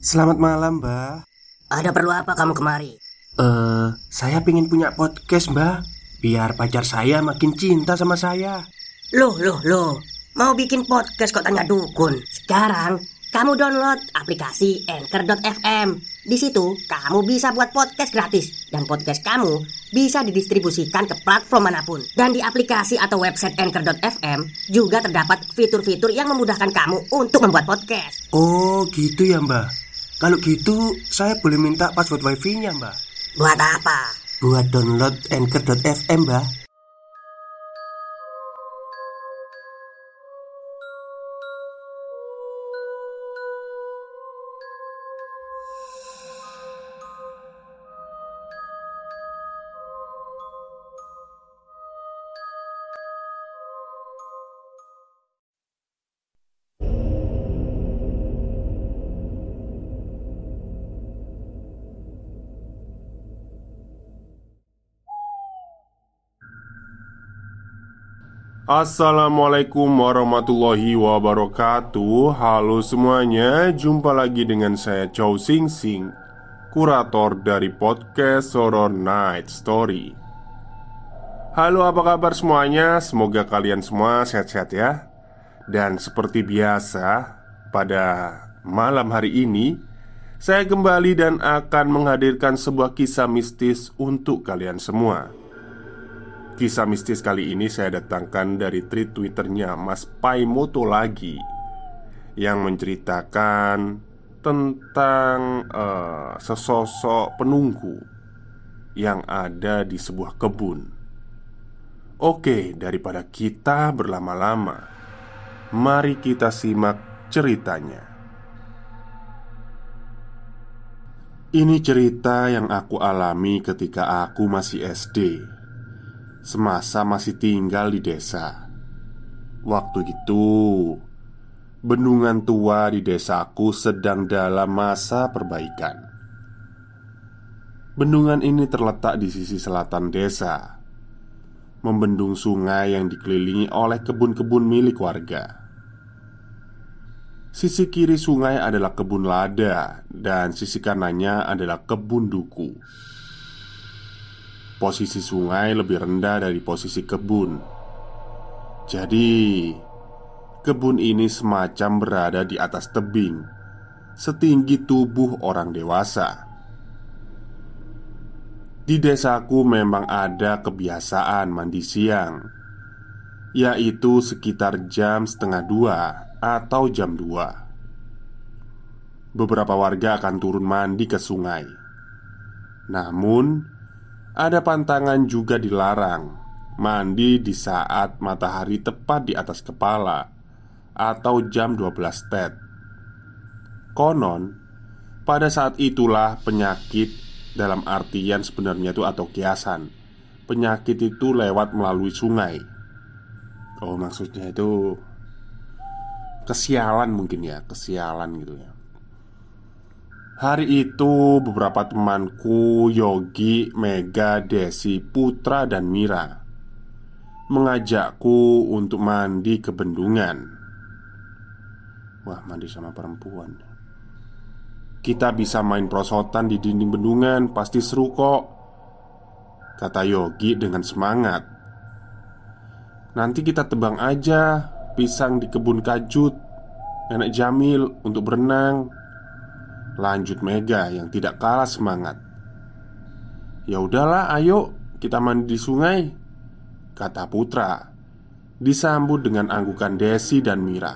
Selamat malam, Mbak. Ada perlu apa kamu kemari? Saya pengen punya podcast, Mbak. Biar pacar saya makin cinta sama saya. Loh. Mau bikin podcast kok tanya dukun? Sekarang kamu download aplikasi Anchor.fm. Di situ kamu bisa buat podcast gratis. Dan podcast kamu bisa didistribusikan ke platform manapun. Dan di aplikasi atau website Anchor.fm juga terdapat fitur-fitur yang memudahkan kamu untuk membuat podcast. Oh, gitu ya, Mbak. Kalau gitu, saya boleh minta password wifi-nya, Mbak. Buat apa? Buat download Anchor.fm, Mbak. Assalamualaikum warahmatullahi wabarakatuh. Halo semuanya, jumpa lagi dengan saya Chow Sing Sing, kurator dari podcast Horror Night Story. Halo, apa kabar semuanya? Semoga kalian semua sehat-sehat ya. Dan seperti biasa, pada malam hari ini saya kembali dan akan menghadirkan sebuah kisah mistis untuk kalian semua. Kisah mistis kali ini saya datangkan dari tweet Twitternya Mas Paimoto lagi, yang menceritakan tentang sesosok penunggu yang ada di sebuah kebun. Oke, daripada kita berlama-lama, mari kita simak ceritanya. Ini cerita yang aku alami ketika aku masih SD, semasa masih tinggal di desa. Waktu itu, bendungan tua di desaku sedang dalam masa perbaikan. Bendungan ini terletak di sisi selatan desa, membendung sungai yang dikelilingi oleh kebun-kebun milik warga. Sisi kiri sungai adalah kebun lada, dan sisi kanannya adalah kebun duku. Posisi sungai lebih rendah dari posisi kebun. Jadi, kebun ini semacam berada di atas tebing, setinggi tubuh orang dewasa. Di desaku memang ada kebiasaan mandi siang, yaitu sekitar jam setengah 2 atau jam 2. Beberapa warga akan turun mandi ke sungai. Namun, ada pantangan juga dilarang mandi di saat matahari tepat di atas kepala atau jam 12 tet. Konon, pada saat itulah penyakit, dalam artian sebenarnya itu atau kiasan, penyakit itu lewat melalui sungai. Oh, maksudnya itu kesialan mungkin ya, kesialan gitu ya. Hari itu beberapa temanku, Yogi, Mega, Desi, Putra, dan Mira, mengajakku untuk mandi ke bendungan. Wah, mandi sama perempuan. Kita bisa main prosotan di dinding bendungan, pasti seru kok, kata Yogi dengan semangat. Nanti kita tebang aja pisang di kebun kajut Nenek Jamil untuk berenang, lanjut Mega yang tidak kalah semangat. Ya udahlah, ayo kita mandi di sungai, kata Putra, disambut dengan anggukan Desi dan Mira.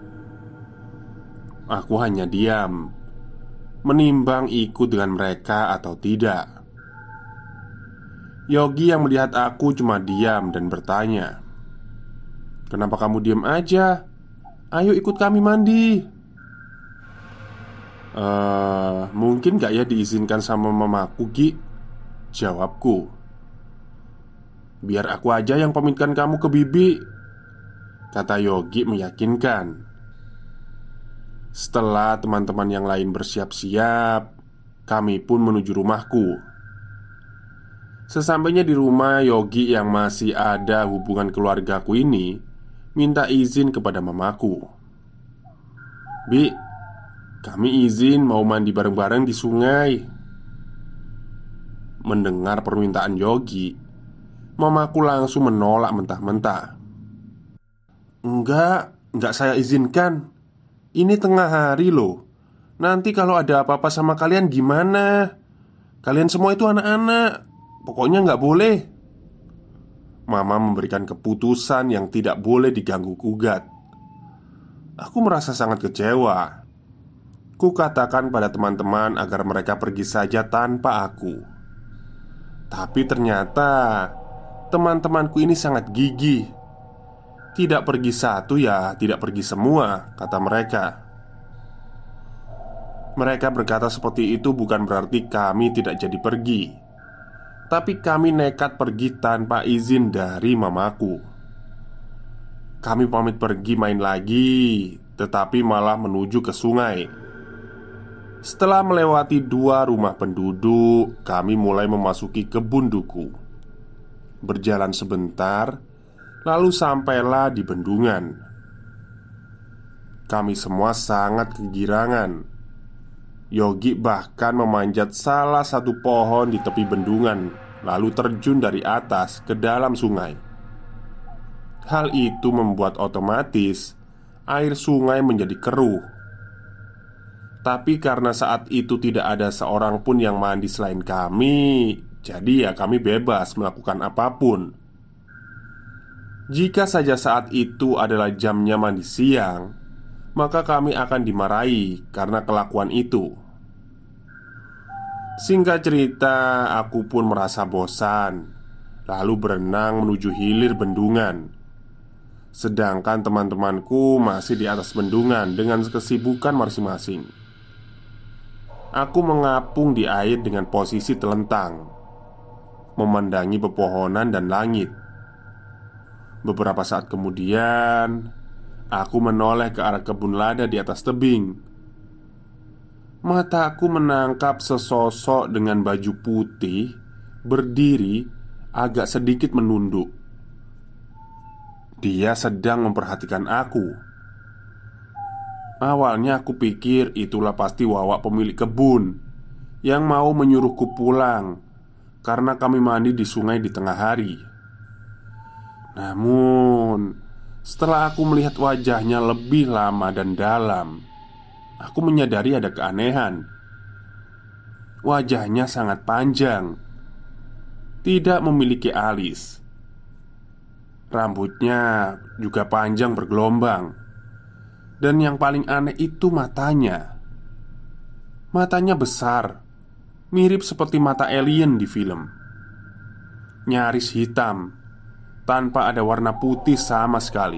Aku hanya diam, menimbang ikut dengan mereka atau tidak. Yogi yang melihat aku cuma diam dan bertanya, "Kenapa kamu diam aja? Ayo ikut kami mandi." Mungkin gak ya diizinkan sama mamaku, Gi?" jawabku. "Biar aku aja yang pamitkan kamu ke bibi," kata Yogi meyakinkan. Setelah teman-teman yang lain bersiap-siap, kami pun menuju rumahku. Sesampainya di rumah, Yogi yang masih ada hubungan keluargaku ini minta izin kepada mamaku. "Bi, kami izin mau mandi bareng-bareng di sungai." Mendengar permintaan Yogi, mamaku langsung menolak mentah-mentah. Enggak saya izinkan. Ini tengah hari loh. Nanti kalau ada apa-apa sama kalian gimana? Kalian semua itu anak-anak. Pokoknya nggak boleh." Mama memberikan keputusan yang tidak boleh diganggu-gugat. Aku merasa sangat kecewa. Ku katakan pada teman-teman agar mereka pergi saja tanpa aku. Tapi ternyata teman-temanku ini sangat gigih. Tidak pergi satu ya tidak pergi semua, kata mereka. Mereka berkata seperti itu bukan berarti kami tidak jadi pergi, tapi kami nekat pergi tanpa izin dari mamaku. Kami pamit pergi main lagi, tetapi malah menuju ke sungai. Setelah melewati 2 rumah penduduk, kami mulai memasuki kebun duku. Berjalan sebentar, lalu sampailah di bendungan. Kami semua sangat kegirangan. Yogi bahkan memanjat salah satu pohon di tepi bendungan, lalu terjun dari atas ke dalam sungai. Hal itu membuat otomatis air sungai menjadi keruh. Tapi karena saat itu tidak ada seorang pun yang mandi selain kami, jadi ya kami bebas melakukan apapun. Jika saja saat itu adalah jamnya mandi siang, maka kami akan dimarahi karena kelakuan itu. Singkat cerita, aku pun merasa bosan, lalu berenang menuju hilir bendungan. Sedangkan teman-temanku masih di atas bendungan dengan kesibukan masing-masing. Aku mengapung di air dengan posisi telentang, memandangi pepohonan dan langit. Beberapa saat kemudian, aku menoleh ke arah kebun lada di atas tebing. Mataku menangkap sesosok dengan baju putih berdiri agak sedikit menunduk. Dia sedang memperhatikan aku. Awalnya aku pikir itulah pasti Wawa pemilik kebun yang mau menyuruhku pulang karena kami mandi di sungai di tengah hari. Namun, setelah aku melihat wajahnya lebih lama dan dalam, aku menyadari ada keanehan. Wajahnya sangat panjang, tidak memiliki alis. Rambutnya juga panjang bergelombang. Dan yang paling aneh itu matanya. Matanya besar, mirip seperti mata alien di film. Nyaris hitam, tanpa ada warna putih sama sekali.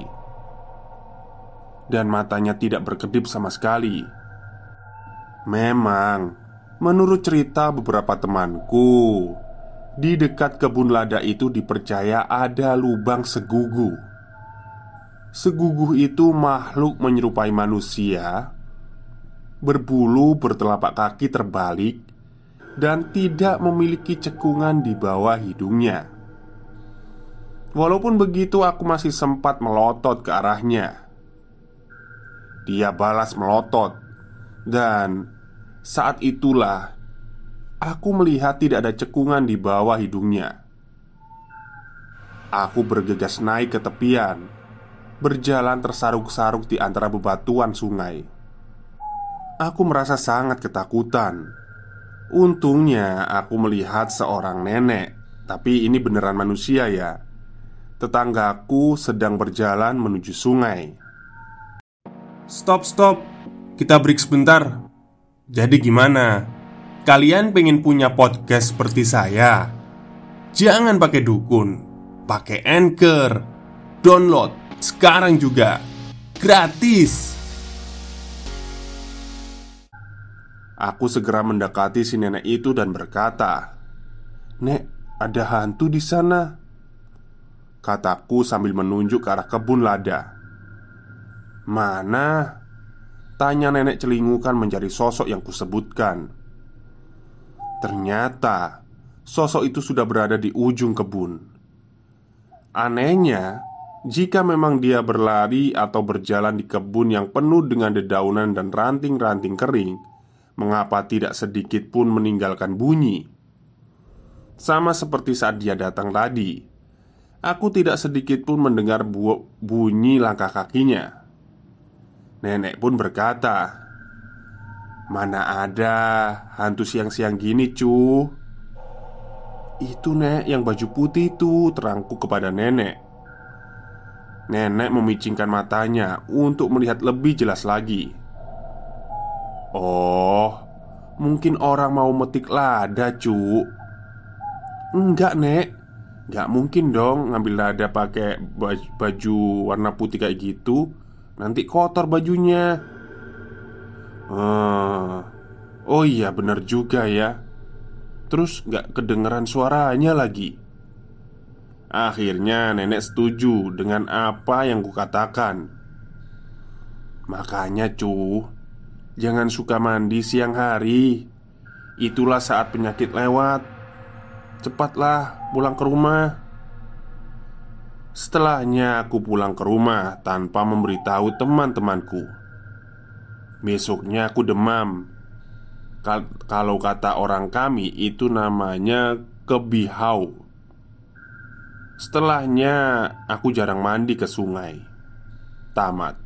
Dan matanya tidak berkedip sama sekali. Memang, menurut cerita beberapa temanku, di dekat kebun lada itu dipercaya ada lubang segugu. Seguguh itu makhluk menyerupai manusia, berbulu bertelapak kaki terbalik, dan tidak memiliki cekungan di bawah hidungnya. Walaupun begitu, aku masih sempat melotot ke arahnya. Dia balas melotot, dan saat itulah aku melihat tidak ada cekungan di bawah hidungnya. Aku bergegas naik ke tepian, berjalan tersaruk-saruk di antara bebatuan sungai. Aku merasa sangat ketakutan. Untungnya aku melihat seorang nenek, tapi ini beneran manusia ya. Tetanggaku sedang berjalan menuju sungai. Stop, kita break sebentar. Jadi gimana? Kalian pengen punya podcast seperti saya? Jangan pakai dukun, pakai Anchor. Download sekarang juga, gratis. Aku segera mendekati si nenek itu dan berkata, "Nek, ada hantu di sana," kataku sambil menunjuk ke arah kebun lada. "Mana?" tanya nenek celingukan mencari sosok yang kusebutkan. Ternyata sosok itu sudah berada di ujung kebun. Anehnya, Jika memang dia berlari atau berjalan di kebun yang penuh dengan dedaunan dan ranting-ranting kering, mengapa tidak sedikit pun meninggalkan bunyi? Sama seperti saat dia datang tadi, aku tidak sedikit pun mendengar bunyi langkah kakinya. Nenek pun berkata, "Mana ada hantu siang-siang gini, cu?" "Itu, Nek, yang baju putih itu," terangku kepada nenek. Nenek memicingkan matanya untuk melihat lebih jelas lagi. "Oh, mungkin orang mau metik lada, cu." "Enggak, Nek. Enggak mungkin dong ngambil lada pakai baju warna putih kayak gitu. Nanti kotor bajunya." Oh iya, bener juga ya. Terus gak kedengeran suaranya lagi. Akhirnya nenek setuju dengan apa yang kukatakan. "Makanya cu, jangan suka mandi siang hari. Itulah saat penyakit lewat. Cepatlah pulang ke rumah." Setelahnya aku pulang ke rumah tanpa memberitahu teman-temanku. Besoknya aku demam. Kalau kata orang kami itu namanya kebihau. Setelahnya aku jarang mandi ke sungai. Tamat.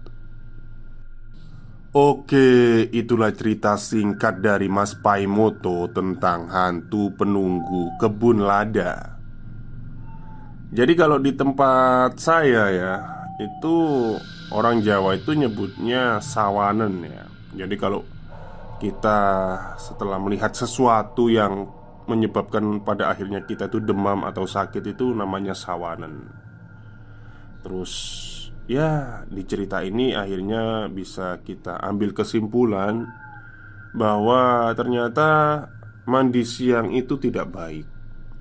Oke, itulah cerita singkat dari Mas Paimoto tentang hantu penunggu kebun lada. Jadi kalau di tempat saya ya, itu orang Jawa itu nyebutnya sawanen ya. Jadi kalau kita setelah melihat sesuatu yang menyebabkan pada akhirnya kita itu demam atau sakit, itu namanya sawanen. Terus ya, di cerita ini akhirnya bisa kita ambil kesimpulan bahwa ternyata mandi siang itu tidak baik.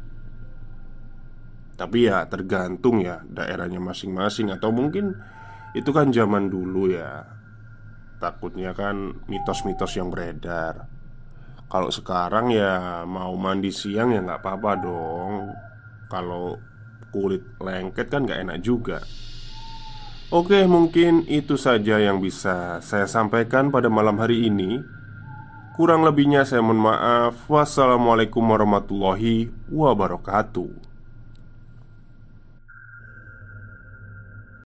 Tapi ya tergantung ya daerahnya masing-masing. Atau mungkin itu kan zaman dulu ya. Takutnya kan mitos-mitos yang beredar. Kalau sekarang ya mau mandi siang ya nggak apa-apa dong. Kalau kulit lengket kan nggak enak juga. Oke, mungkin itu saja yang bisa saya sampaikan pada malam hari ini. Kurang lebihnya saya mohon maaf. Wassalamualaikum warahmatullahi wabarakatuh.